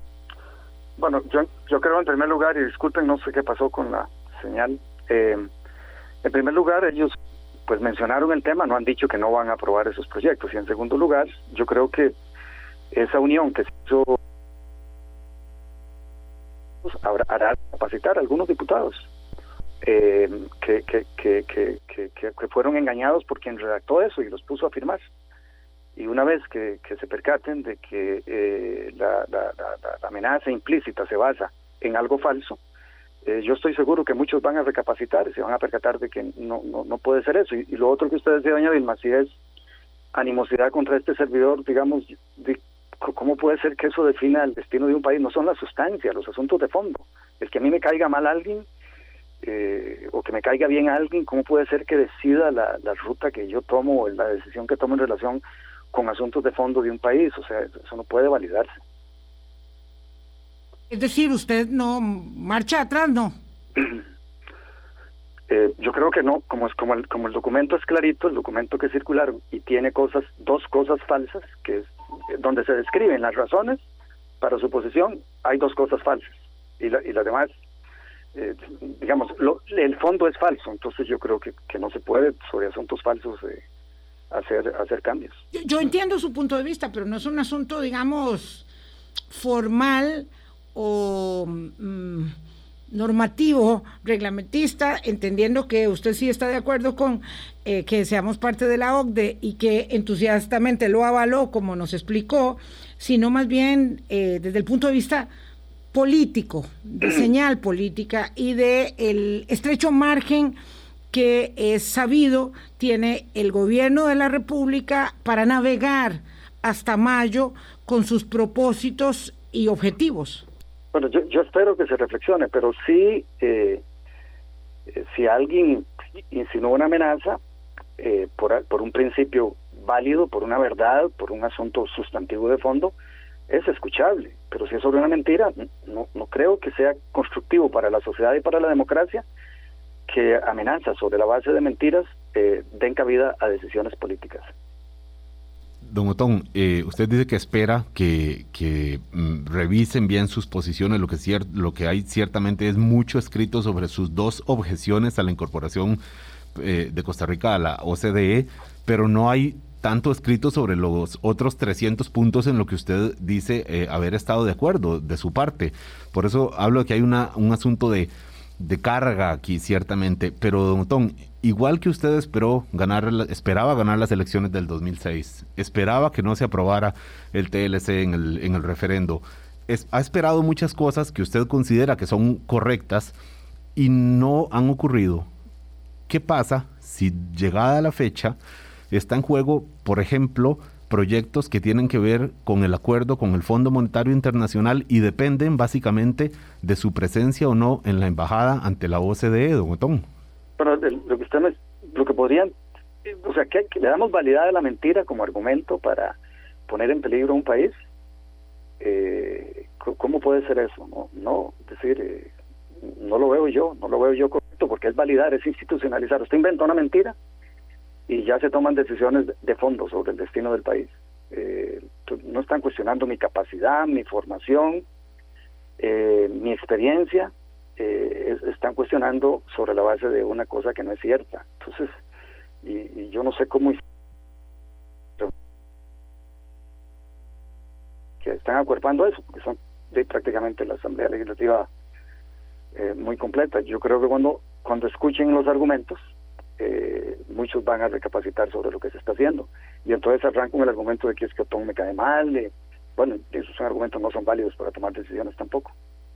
Bueno, yo, yo creo, en primer lugar, y disculpen, no sé qué pasó con la señal, eh, en primer lugar, ellos pues mencionaron el tema, no han dicho que no van a aprobar esos proyectos. Y en segundo lugar, yo creo que esa unión que se hizo hará capacitar a algunos diputados eh, que, que, que, que, que, que fueron engañados por quien redactó eso y los puso a firmar. Y una vez que, que se percaten de que eh, la, la, la, la amenaza implícita se basa en algo falso, eh, yo estoy seguro que muchos van a recapacitar y se van a percatar de que no, no, no puede ser eso. Y, y lo otro que usted decía, doña Vilma, si es animosidad contra este servidor, digamos, de, ¿cómo puede ser que eso defina el destino de un país? No son la sustancia, los asuntos de fondo. El que a mí me caiga mal a alguien eh, o que me caiga bien a alguien, ¿cómo puede ser que decida la, la ruta que yo tomo o la decisión que tomo en relación con asuntos de fondo de un país? O sea, eso no puede validarse. Es decir, usted no marcha atrás, ¿no? Eh, yo creo que no, como es como el como el documento es clarito, el documento que circularon y tiene cosas, dos cosas falsas, que es donde se describen las razones para su posición, hay dos cosas falsas y la, y las demás, eh, digamos, lo, el fondo es falso. Entonces yo creo que, que no se puede sobre asuntos falsos eh, hacer hacer cambios. Yo, yo entiendo su punto de vista, pero no es un asunto, digamos, formal o mmm, normativo, reglamentista, entendiendo que usted sí está de acuerdo con eh, que seamos parte de la O C D E y que entusiastamente lo avaló, como nos explicó, sino más bien eh, desde el punto de vista político, de señal política y de el estrecho margen que es sabido tiene el gobierno de la República para navegar hasta mayo con sus propósitos y objetivos. Bueno, yo, yo espero que se reflexione, pero sí, eh, si alguien insinúa una amenaza eh, por, por un principio válido, por una verdad, por un asunto sustantivo de fondo, es escuchable. Pero si es sobre una mentira, no, no creo que sea constructivo para la sociedad y para la democracia que amenazas sobre la base de mentiras eh, den cabida a decisiones políticas. Don Otón, eh, usted dice que espera que, que mm, revisen bien sus posiciones. Lo que, cier- lo que hay ciertamente es mucho escrito sobre sus dos objeciones a la incorporación eh, de Costa Rica a la O C D E, pero no hay tanto escrito sobre los otros trescientos puntos en lo que usted dice eh, haber estado de acuerdo de su parte. Por eso hablo de que hay una, un asunto de, de carga aquí, ciertamente. Pero, don Otón, igual que usted esperó ganar, esperaba ganar las elecciones del dos mil seis, esperaba que no se aprobara el T L C en el, en el referendo, es, ha esperado muchas cosas que usted considera que son correctas, y no han ocurrido. ¿Qué pasa si llegada la fecha está en juego, por ejemplo, proyectos que tienen que ver con el acuerdo con el Fondo Monetario Internacional y dependen básicamente de su presencia o no en la embajada ante la O C D E, don Otón? Bueno, lo que usted me, lo que podrían, o sea, que, que le damos validad a la mentira como argumento para poner en peligro a un país. Eh, ¿Cómo puede ser eso? No, no, es decir, eh, no lo veo yo, no lo veo yo correcto, porque es validar, es institucionalizar. Usted inventa una mentira y ya se toman decisiones de fondo sobre el destino del país. Eh, no están cuestionando mi capacidad, mi formación, eh, mi experiencia, eh, es, están cuestionando sobre la base de una cosa que no es cierta. Entonces, y, y yo no sé cómo que están acuerpando eso, porque son de prácticamente la Asamblea Legislativa eh, muy completa. Yo creo que cuando, cuando escuchen los argumentos, Eh, muchos van a recapacitar sobre lo que se está haciendo, y entonces arrancan con el argumento de que es que Otón me cae mal. Eh, bueno, esos argumentos no son válidos para tomar decisiones tampoco.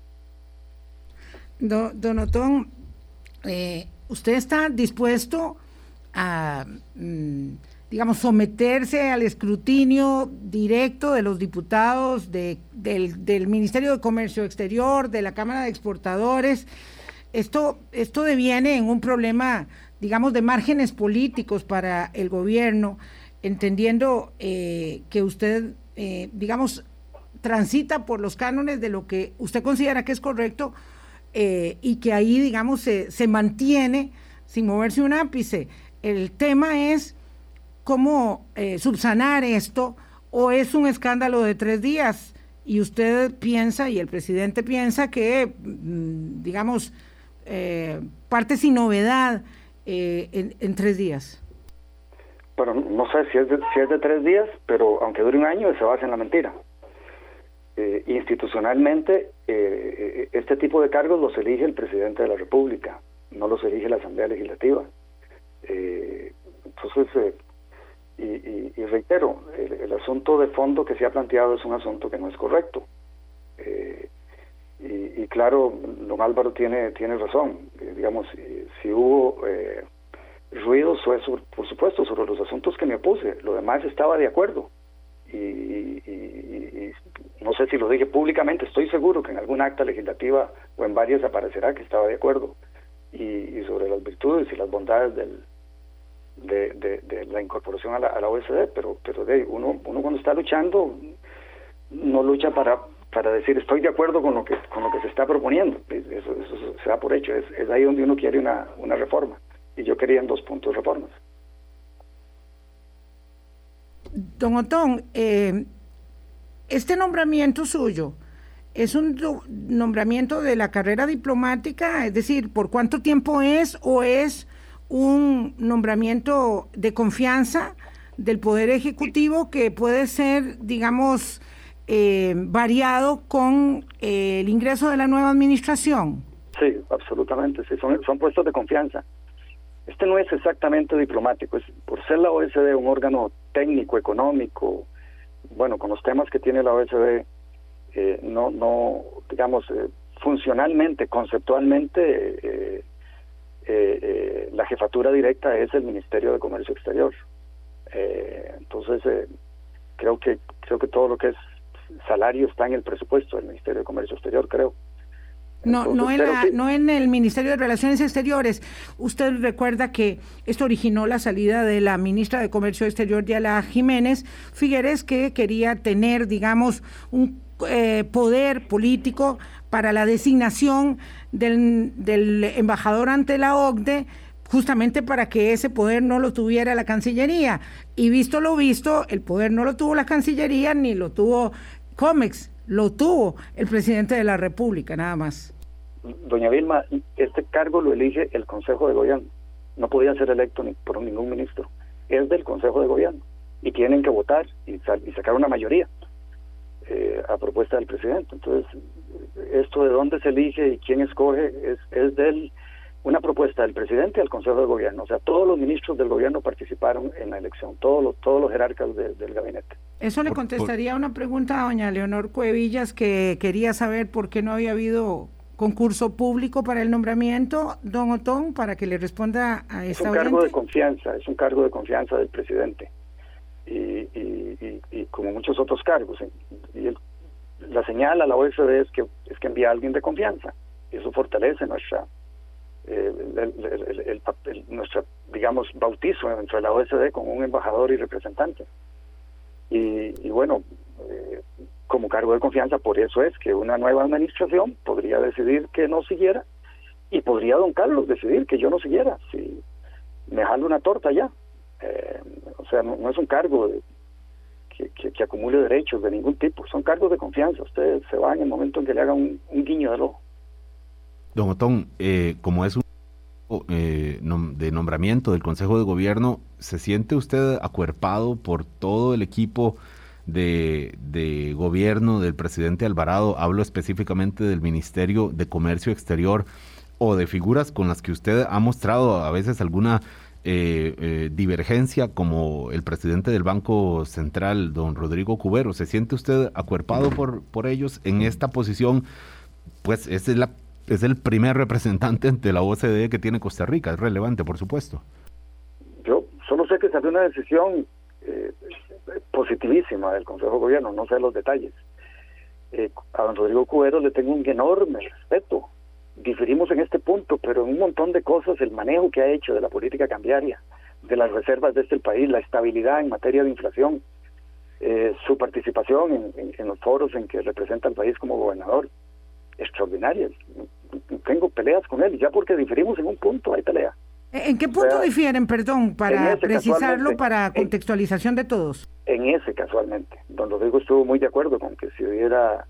Don, don Otón, eh, ¿usted está dispuesto a, mm, digamos, someterse al escrutinio directo de los diputados de, del, del Ministerio de Comercio Exterior, de la Cámara de Exportadores? Esto, esto deviene en un problema, digamos, de márgenes políticos para el gobierno, entendiendo eh, que usted, eh, digamos, transita por los cánones de lo que usted considera que es correcto, eh, y que ahí, digamos, se, se mantiene sin moverse un ápice. El tema es cómo eh, subsanar esto, o es un escándalo de tres días, y usted piensa, y el presidente piensa que, digamos, eh, parte sin novedad eh, en, en tres días. Bueno, no sé si es, de, si es de tres días, pero aunque dure un año, se basa en la mentira. Eh, institucionalmente, eh, este tipo de cargos los elige el presidente de la República, no los elige la Asamblea Legislativa. Eh, entonces, eh, y, y, y reitero, el, el asunto de fondo que se ha planteado es un asunto que no es correcto. Eh, y, y claro, don Álvaro tiene tiene razón. Eh, digamos, si, si hubo eh, ruidos, fue sobre, por supuesto, sobre los asuntos que me opuse. Lo demás estaba de acuerdo. Y, y, y, y no sé si lo dije públicamente, estoy seguro que en alguna acta legislativa o en varias aparecerá que estaba de acuerdo. Y, y sobre las virtudes y las bondades del de, de, de la incorporación a la, a la O E C D, pero pero de uno uno cuando está luchando no lucha para para decir estoy de acuerdo con lo que con lo que se está proponiendo. Eso, eso se da por hecho. Es, es ahí donde uno quiere una una reforma, y yo quería en dos puntos reformas. Don Otón, eh, este nombramiento suyo es un do- nombramiento de la carrera diplomática, es decir, ¿por cuánto tiempo es, o es un nombramiento de confianza del Poder Ejecutivo que puede ser, digamos, eh, variado con eh, el ingreso de la nueva administración? Sí, absolutamente, sí, son, son puestos de confianza. Este no es exactamente diplomático, es por ser la O E C D un órgano técnico, económico, bueno, con los temas que tiene la O E C D, eh, no, no, digamos, eh, funcionalmente, conceptualmente, eh, eh, eh, la jefatura directa es el Ministerio de Comercio Exterior. Eh, entonces, eh, creo que creo que todo lo que es salario está en el presupuesto del Ministerio de Comercio Exterior, creo. No, Entonces, no, en la, sí. no en el Ministerio de Relaciones Exteriores. Usted recuerda que esto originó la salida de la ministra de Comercio Exterior, Diala Jiménez Figueres, que quería tener, digamos, un eh, poder político para la designación del, del embajador ante la O C D E, justamente para que ese poder no lo tuviera la Cancillería. Y visto lo visto, el poder no lo tuvo la Cancillería ni lo tuvo COMEX. Lo tuvo el presidente de la República, nada más. Doña Vilma, este cargo lo elige el Consejo de Gobierno. No podía ser electo ni por ningún ministro. Es del Consejo de Gobierno. Y tienen que votar y, sal, y sacar una mayoría eh, a propuesta del presidente. Entonces, esto de dónde se elige y quién escoge es, es del una propuesta del presidente al Consejo de Gobierno. O sea, todos los ministros del gobierno participaron en la elección, todos los, todos los jerarcas de, del gabinete. Eso le contestaría una pregunta a doña Leonor Cuevillas, que quería saber por qué no había habido concurso público para el nombramiento, don Otón, para que le responda a esta Es un oyente? cargo de confianza, es un cargo de confianza del presidente, y, y, y, y como muchos otros cargos. Y el, la señal a la O E C D es que, es que envía a alguien de confianza, y eso fortalece nuestra, eh, el, el, el, el, el, nuestra, digamos, bautizo dentro de la O E C D como un embajador y representante. Y, y bueno, eh, como cargo de confianza, por eso es que una nueva administración podría decidir que no siguiera, y podría don Carlos decidir que yo no siguiera, si me jalo una torta ya. Eh, o sea, no, no es un cargo de, que, que, que acumule derechos de ningún tipo, son cargos de confianza. Ustedes se van en el momento en que le hagan un, un guiño del ojo. Don Otón, eh, como es un eh, nom- de nombramiento del Consejo de Gobierno, ¿se siente usted acuerpado por todo el equipo de, de gobierno del presidente Alvarado? Hablo específicamente del Ministerio de Comercio Exterior, o de figuras con las que usted ha mostrado a veces alguna eh, eh, divergencia, como el presidente del Banco Central, don Rodrigo Cubero. ¿Se siente usted acuerpado por, por ellos en esta posición? Pues es la es el primer representante ante la O C D que tiene Costa Rica, es relevante, por supuesto. Yo solo sé que salió una decisión eh, positivísima del Consejo de Gobierno, no sé los detalles. Eh, a don Rodrigo Cubero le tengo un enorme respeto. Diferimos en este punto, pero en un montón de cosas, el manejo que ha hecho de la política cambiaria, de las reservas de este país, la estabilidad en materia de inflación, eh, su participación en, en, en los foros en que representa al país como gobernador, extraordinarias. Tengo peleas con él, ya porque diferimos en un punto, hay pelea. ¿En qué punto o sea, difieren, perdón, para precisarlo, para contextualización en, de todos? En ese, casualmente. Don Rodrigo estuvo muy de acuerdo con que se diera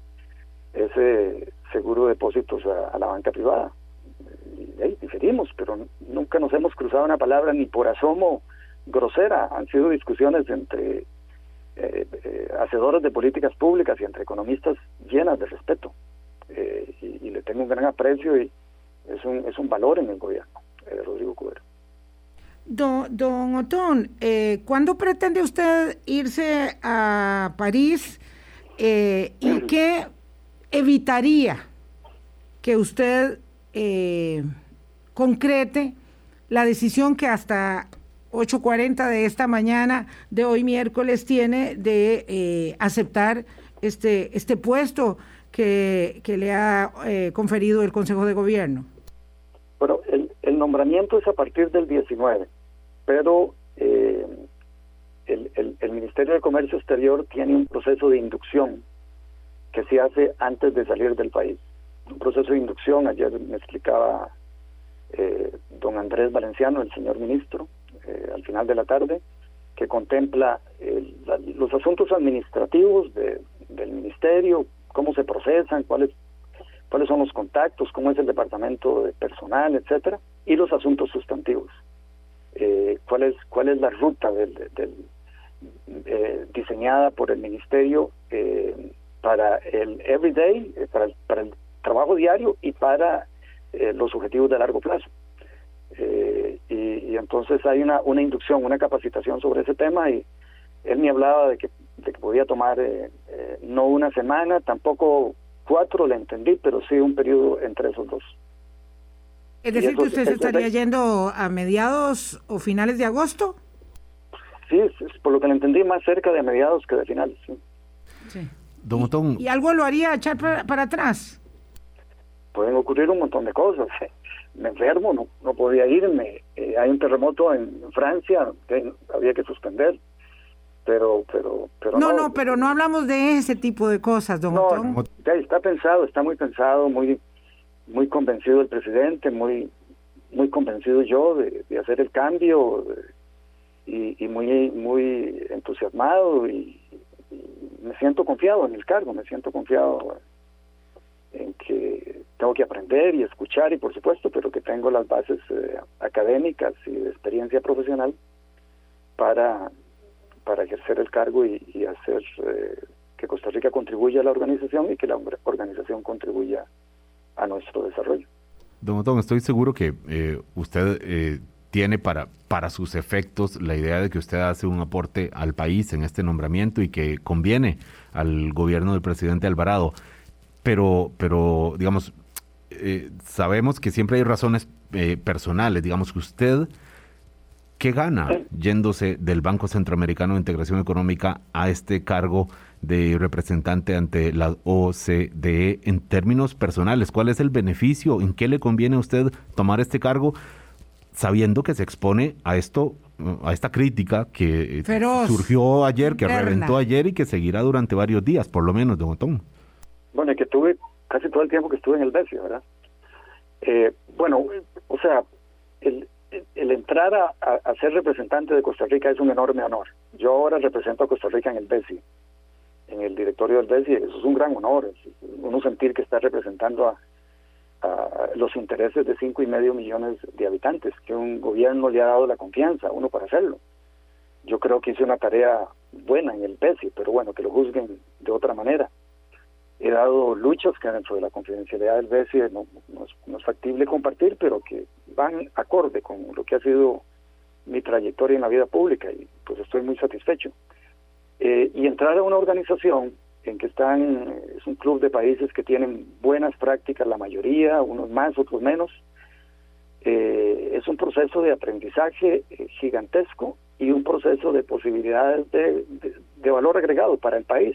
ese seguro de depósitos a, a la banca privada. Y, hey, diferimos, pero nunca nos hemos cruzado una palabra ni por asomo grosera. Han sido discusiones entre eh, eh, hacedores de políticas públicas y entre economistas llenas de respeto. Eh, y, y le tengo un gran aprecio, y es un es un valor en el gobierno, eh, Rodrigo Cubero. Don, don Otón, eh, ¿cuándo pretende usted irse a París eh, y qué evitaría que usted eh, concrete la decisión que hasta ocho cuarenta de esta mañana de hoy miércoles tiene de eh, aceptar este este puesto que, que le ha eh, conferido el Consejo de Gobierno? Bueno, el, el nombramiento es a partir del diecinueve, pero eh, el, el, el Ministerio de Comercio Exterior tiene un proceso de inducción que se hace antes de salir del país. Un proceso de inducción, ayer me explicaba eh, don Andrés Valenciano, el señor ministro, eh, al final de la tarde, que contempla el, la, los asuntos administrativos de, del ministerio, cómo se procesan, cuáles cuáles son los contactos, cómo es el departamento de personal, etcétera, y los asuntos sustantivos. Eh, cuál es cuál es la ruta del, del eh, diseñada por el ministerio eh, para el everyday, eh, para el, para el trabajo diario y para eh, los objetivos de largo plazo. Eh, y, y entonces hay una una inducción, una capacitación sobre ese tema, y él me hablaba de que de que podía tomar eh, eh, no una semana, tampoco cuatro, le entendí, pero sí un periodo entre esos dos. Es decir, que usted se estaría yendo a mediados o finales de agosto. Sí, es, es, por lo que le entendí, más cerca de mediados que de finales. Sí. Sí. Don Otón, ¿Y, ¿Y algo lo haría echar para, para atrás? Pueden ocurrir un montón de cosas. Me enfermo, no, no podía irme. Eh, hay un terremoto en Francia que había que suspender. Pero, pero, pero no, no, no, pero no hablamos de ese tipo de cosas, don no, Otón. Está pensado, está muy pensado, muy, muy convencido el presidente, muy, muy convencido yo de, de hacer el cambio, y, y muy, muy entusiasmado, y, y me siento confiado en el cargo, me siento confiado en que tengo que aprender y escuchar, y por supuesto, pero que tengo las bases eh, académicas y de experiencia profesional para para ejercer el cargo y, y hacer eh, que Costa Rica contribuya a la organización y que la organización contribuya a nuestro desarrollo. Don Otón, estoy seguro que eh, usted eh, tiene para, para sus efectos la idea de que usted hace un aporte al país en este nombramiento y que conviene al gobierno del presidente Alvarado, pero, pero digamos, eh, sabemos que siempre hay razones eh, personales, digamos que usted, ¿qué gana yéndose del Banco Centroamericano de Integración Económica a este cargo de representante ante la O C D E en términos personales? ¿Cuál es el beneficio? ¿En qué le conviene a usted tomar este cargo sabiendo que se expone a esto, a esta crítica que Feroz, surgió ayer, que interna. reventó ayer y que seguirá durante varios días, por lo menos, don Otón? Bueno, y que tuve casi todo el tiempo que estuve en el B E S I, ¿verdad? Eh, bueno, o sea, el, el entrar a, a, a ser representante de Costa Rica es un enorme honor. Yo ahora represento a Costa Rica en el B E S I, en el directorio del B E S I, eso es un gran honor, uno sentir que está representando a, a los intereses de cinco y medio millones de habitantes, que un gobierno le ha dado la confianza a uno para hacerlo. Yo creo que hice una tarea buena en el B E S I, pero bueno, que lo juzguen de otra manera. He dado luchas que dentro de la confidencialidad del B E S I no, no, es, no es factible compartir, pero que van acorde con lo que ha sido mi trayectoria en la vida pública, y pues estoy muy satisfecho. Eh, y entrar a una organización en que están, es un club de países que tienen buenas prácticas, la mayoría, unos más, otros menos, eh, es un proceso de aprendizaje eh, gigantesco y un proceso de posibilidades de, de, de valor agregado para el país.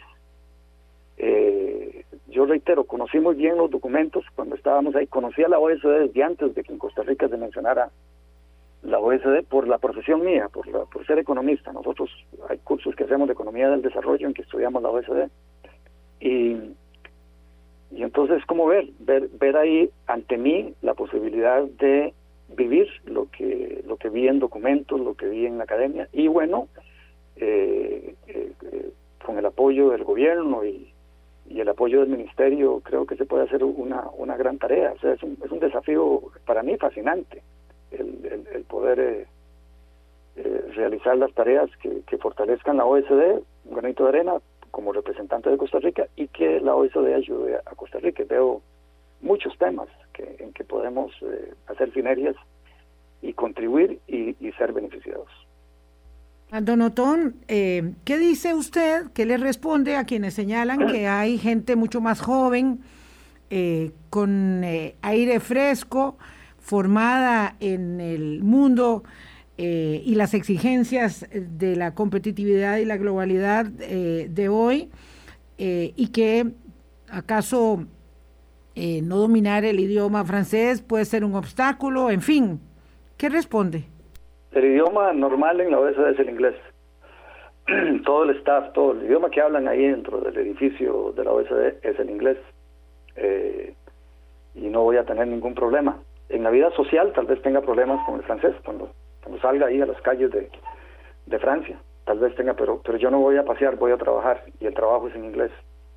Eh, yo reitero, conocí muy bien los documentos cuando estábamos ahí, conocí a la O E C D desde antes de que en Costa Rica se mencionara la O E C D por la profesión mía, por, la, por ser economista. Nosotros hay cursos que hacemos de economía del desarrollo en que estudiamos la O E C D. Y, y entonces como ver, ver ver ahí ante mí la posibilidad de vivir lo que lo que vi en documentos, lo que vi en la academia, y bueno, eh, eh, eh, con el apoyo del gobierno y, y el apoyo del ministerio, creo que se puede hacer una una gran tarea. O sea, es un, es un desafío para mí fascinante el, el, el poder eh, eh, realizar las tareas que, que fortalezcan la O E C D, un granito de arena como representante de Costa Rica, y que la O E C D ayude a Costa Rica. Veo muchos temas que, en que podemos eh, hacer sinergias y contribuir y, y ser beneficiados. Don Otón, eh, ¿qué dice usted? ¿Qué le responde a quienes señalan que hay gente mucho más joven, eh, con eh, aire fresco, formada en el mundo eh, y las exigencias de la competitividad y la globalidad eh, de hoy, eh, y que acaso eh, no dominar el idioma francés puede ser un obstáculo? En fin, ¿qué responde? El idioma normal en la O E C D es el inglés. Todo el staff, todo el idioma que hablan ahí dentro del edificio de la O E C D es el inglés. Eh, y no voy a tener ningún problema. En la vida social tal vez tenga problemas con el francés, cuando, cuando salga ahí a las calles de, de Francia, tal vez tenga, pero, pero yo no voy a pasear, voy a trabajar, y el trabajo es en inglés.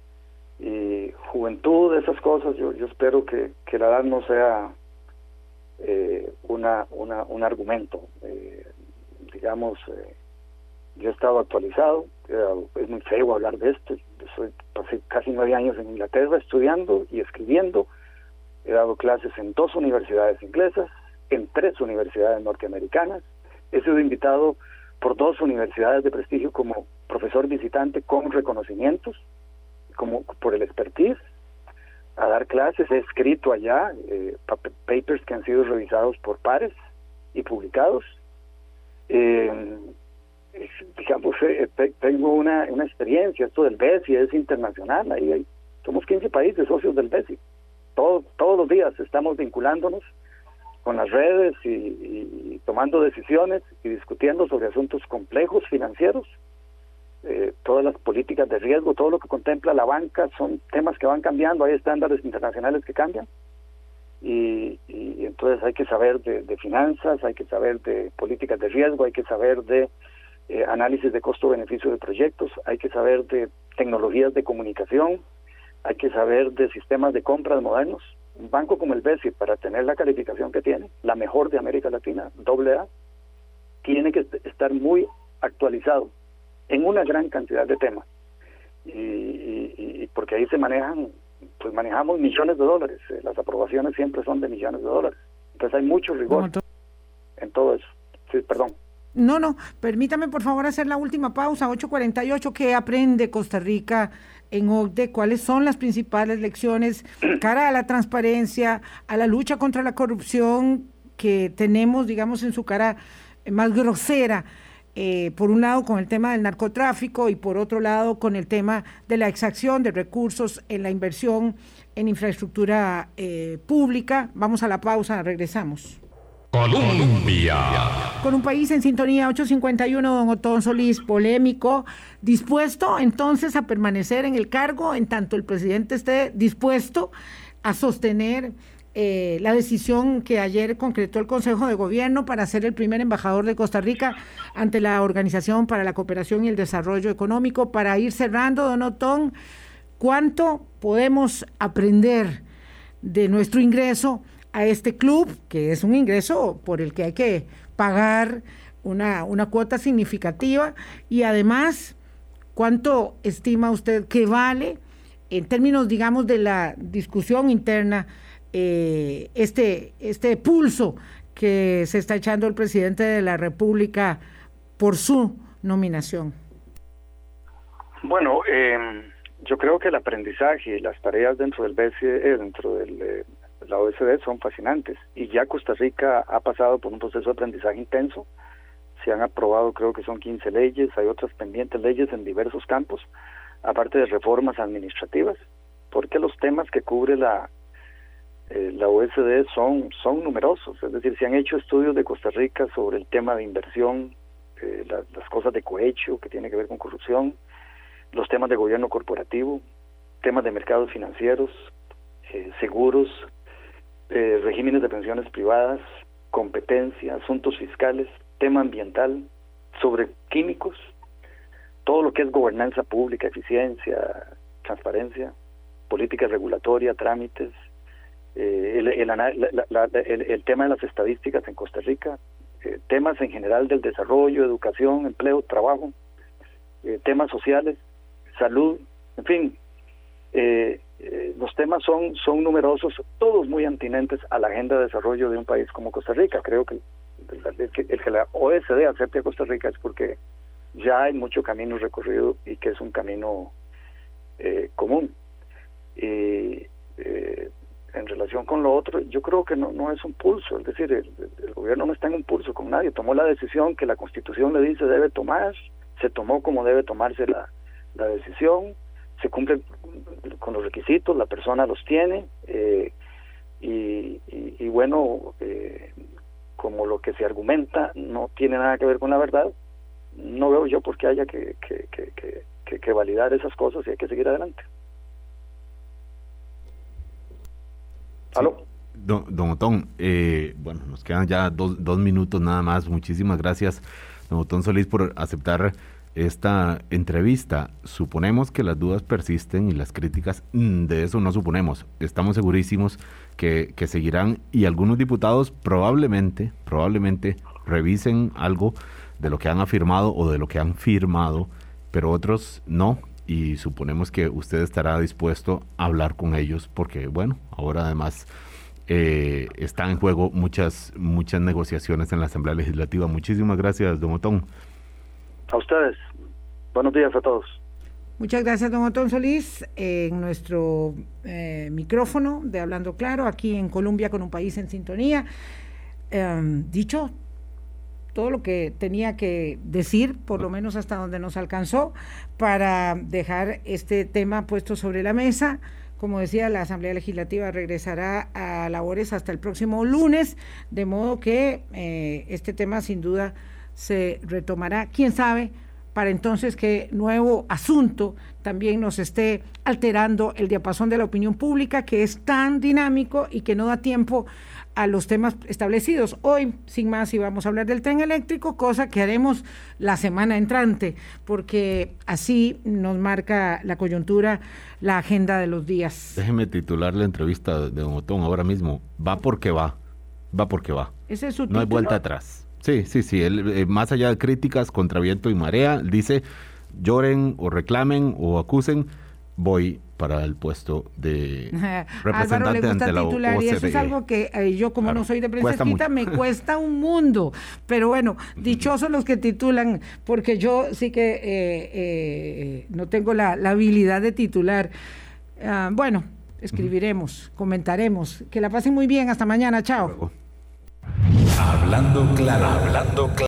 Y juventud, esas cosas, yo, yo espero que, que la edad no sea Eh, una, una un argumento. Eh, digamos, eh, yo he estado actualizado, eh, es muy feo hablar de esto. Yo soy, pasé casi nueve años en Inglaterra estudiando y escribiendo. He dado clases en dos universidades inglesas, en tres universidades norteamericanas. He sido invitado por dos universidades de prestigio como profesor visitante con reconocimientos, como por el expertise, a dar clases. He escrito allá eh, papers que han sido revisados por pares y publicados. Eh, digamos, eh, tengo una, una experiencia. Esto del B E S I es internacional. Ahí hay, somos quince países socios del B E S I. Todo, todos los días estamos vinculándonos con las redes y, y tomando decisiones y discutiendo sobre asuntos complejos financieros. Eh, todas las políticas de riesgo, todo lo que contempla la banca, son temas que van cambiando, hay estándares internacionales que cambian, y, y entonces hay que saber de, de finanzas, hay que saber de políticas de riesgo, hay que saber de eh, análisis de costo-beneficio de proyectos, hay que saber de tecnologías de comunicación, hay que saber de sistemas de compras modernos. Un banco como el B E S I, para tener la calificación que tiene, la mejor de América Latina, doble A, tiene que estar muy actualizado en una gran cantidad de temas, y, y, y porque ahí se manejan, pues manejamos millones de dólares, eh, las aprobaciones siempre son de millones de dólares, entonces hay mucho rigor en todo eso. Sí, perdón. No, no, permítame por favor hacer la última pausa, ocho cuarenta y ocho, ¿qué aprende Costa Rica en O C D E? ¿Cuáles son las principales lecciones cara a la transparencia, a la lucha contra la corrupción que tenemos, digamos, en su cara más grosera? Eh, por un lado con el tema del narcotráfico y por otro lado con el tema de la exacción de recursos en la inversión en infraestructura eh, pública. Vamos a la pausa, regresamos. Colombia. Con un país en sintonía, ocho cincuenta y uno, don Otón Solís, polémico, dispuesto entonces a permanecer en el cargo en tanto el presidente esté dispuesto a sostener eh, la decisión que ayer concretó el Consejo de Gobierno para ser el primer embajador de Costa Rica ante la Organización para la Cooperación y el Desarrollo Económico. Para ir cerrando, don Otón, ¿cuánto podemos aprender de nuestro ingreso a este club, que es un ingreso por el que hay que pagar una, una cuota significativa? Y además, ¿cuánto estima usted que vale, en términos, digamos, de la discusión interna, eh, este, este pulso que se está echando el presidente de la República por su nominación? Bueno, eh, yo creo que el aprendizaje y las tareas dentro del B C E, dentro del... Eh, la O E C D son fascinantes, y ya Costa Rica ha pasado por un proceso de aprendizaje intenso. Se han aprobado, creo que son quince leyes, hay otras pendientes leyes en diversos campos, aparte de reformas administrativas, porque los temas que cubre la eh, la O E C D son, son numerosos. Es decir, se han hecho estudios de Costa Rica sobre el tema de inversión, eh, la, las cosas de cohecho que tiene que ver con corrupción, los temas de gobierno corporativo, temas de mercados financieros, eh, seguros, Eh, regímenes de pensiones privadas, competencia, asuntos fiscales, tema ambiental, sobre químicos, todo lo que es gobernanza pública, eficiencia, transparencia, política regulatoria, trámites, eh, el, el, la, la, la, el, el tema de las estadísticas en Costa Rica, eh, temas en general del desarrollo, educación, empleo, trabajo, eh, temas sociales, salud, en fin, eh, Eh, los temas son son numerosos, todos muy atinentes a la agenda de desarrollo de un país como Costa Rica. Creo que el, que, el que la O E C D acepte a Costa Rica es porque ya hay mucho camino recorrido y que es un camino eh, común. Y eh, en relación con lo otro, yo creo que no no es un pulso, es decir, el, el gobierno no está en un pulso con nadie, tomó la decisión que la Constitución le dice debe tomar, se tomó como debe tomarse la, la decisión, se cumple con los requisitos, la persona los tiene, eh, y, y, y bueno, eh, como lo que se argumenta no tiene nada que ver con la verdad, no veo yo por qué haya que, que, que, que, que, que validar esas cosas y hay que seguir adelante. Sí. ¿Aló? Don, don Otón, eh, bueno, nos quedan ya dos, dos minutos nada más. Muchísimas gracias, don Otón Solís, por aceptar esta entrevista. Suponemos que las dudas persisten y las críticas, de eso no suponemos, estamos segurísimos que, que seguirán, y algunos diputados probablemente, probablemente revisen algo de lo que han afirmado o de lo que han firmado, pero otros no, y suponemos que usted estará dispuesto a hablar con ellos, porque bueno, ahora además eh, están en juego muchas, muchas negociaciones en la Asamblea Legislativa. Muchísimas gracias, don Otón. A ustedes. Buenos días a todos. Muchas gracias, don Otón Solís. En nuestro eh, micrófono de Hablando Claro, aquí en Colombia, con un país en sintonía. Eh, dicho todo lo que tenía que decir, por lo menos hasta donde nos alcanzó, para dejar este tema puesto sobre la mesa. Como decía, la Asamblea Legislativa regresará a labores hasta el próximo lunes, de modo que eh, este tema sin duda se retomará, quién sabe, para entonces qué nuevo asunto también nos esté alterando el diapasón de la opinión pública, que es tan dinámico y que no da tiempo a los temas establecidos. Hoy, sin más, íbamos a hablar del tren eléctrico, cosa que haremos la semana entrante, porque así nos marca la coyuntura, la agenda de los días. Déjeme titular la entrevista de don Otón ahora mismo. Va porque va, va porque va. Ese es su título. No hay vuelta atrás. Sí, sí, sí, él, eh, más allá de críticas contra viento y marea, dice, lloren o reclamen o acusen, voy para el puesto de representante Álvaro le gusta ante la titular O C D E. y eso es algo que eh, yo como claro, no soy de prensa escrita me cuesta un mundo, pero bueno, dichosos los que titulan, porque yo sí que eh, eh, no tengo la, la habilidad de titular. Uh, bueno, escribiremos, comentaremos, que la pasen muy bien, hasta mañana, chao. Hablando claro, hablando claro.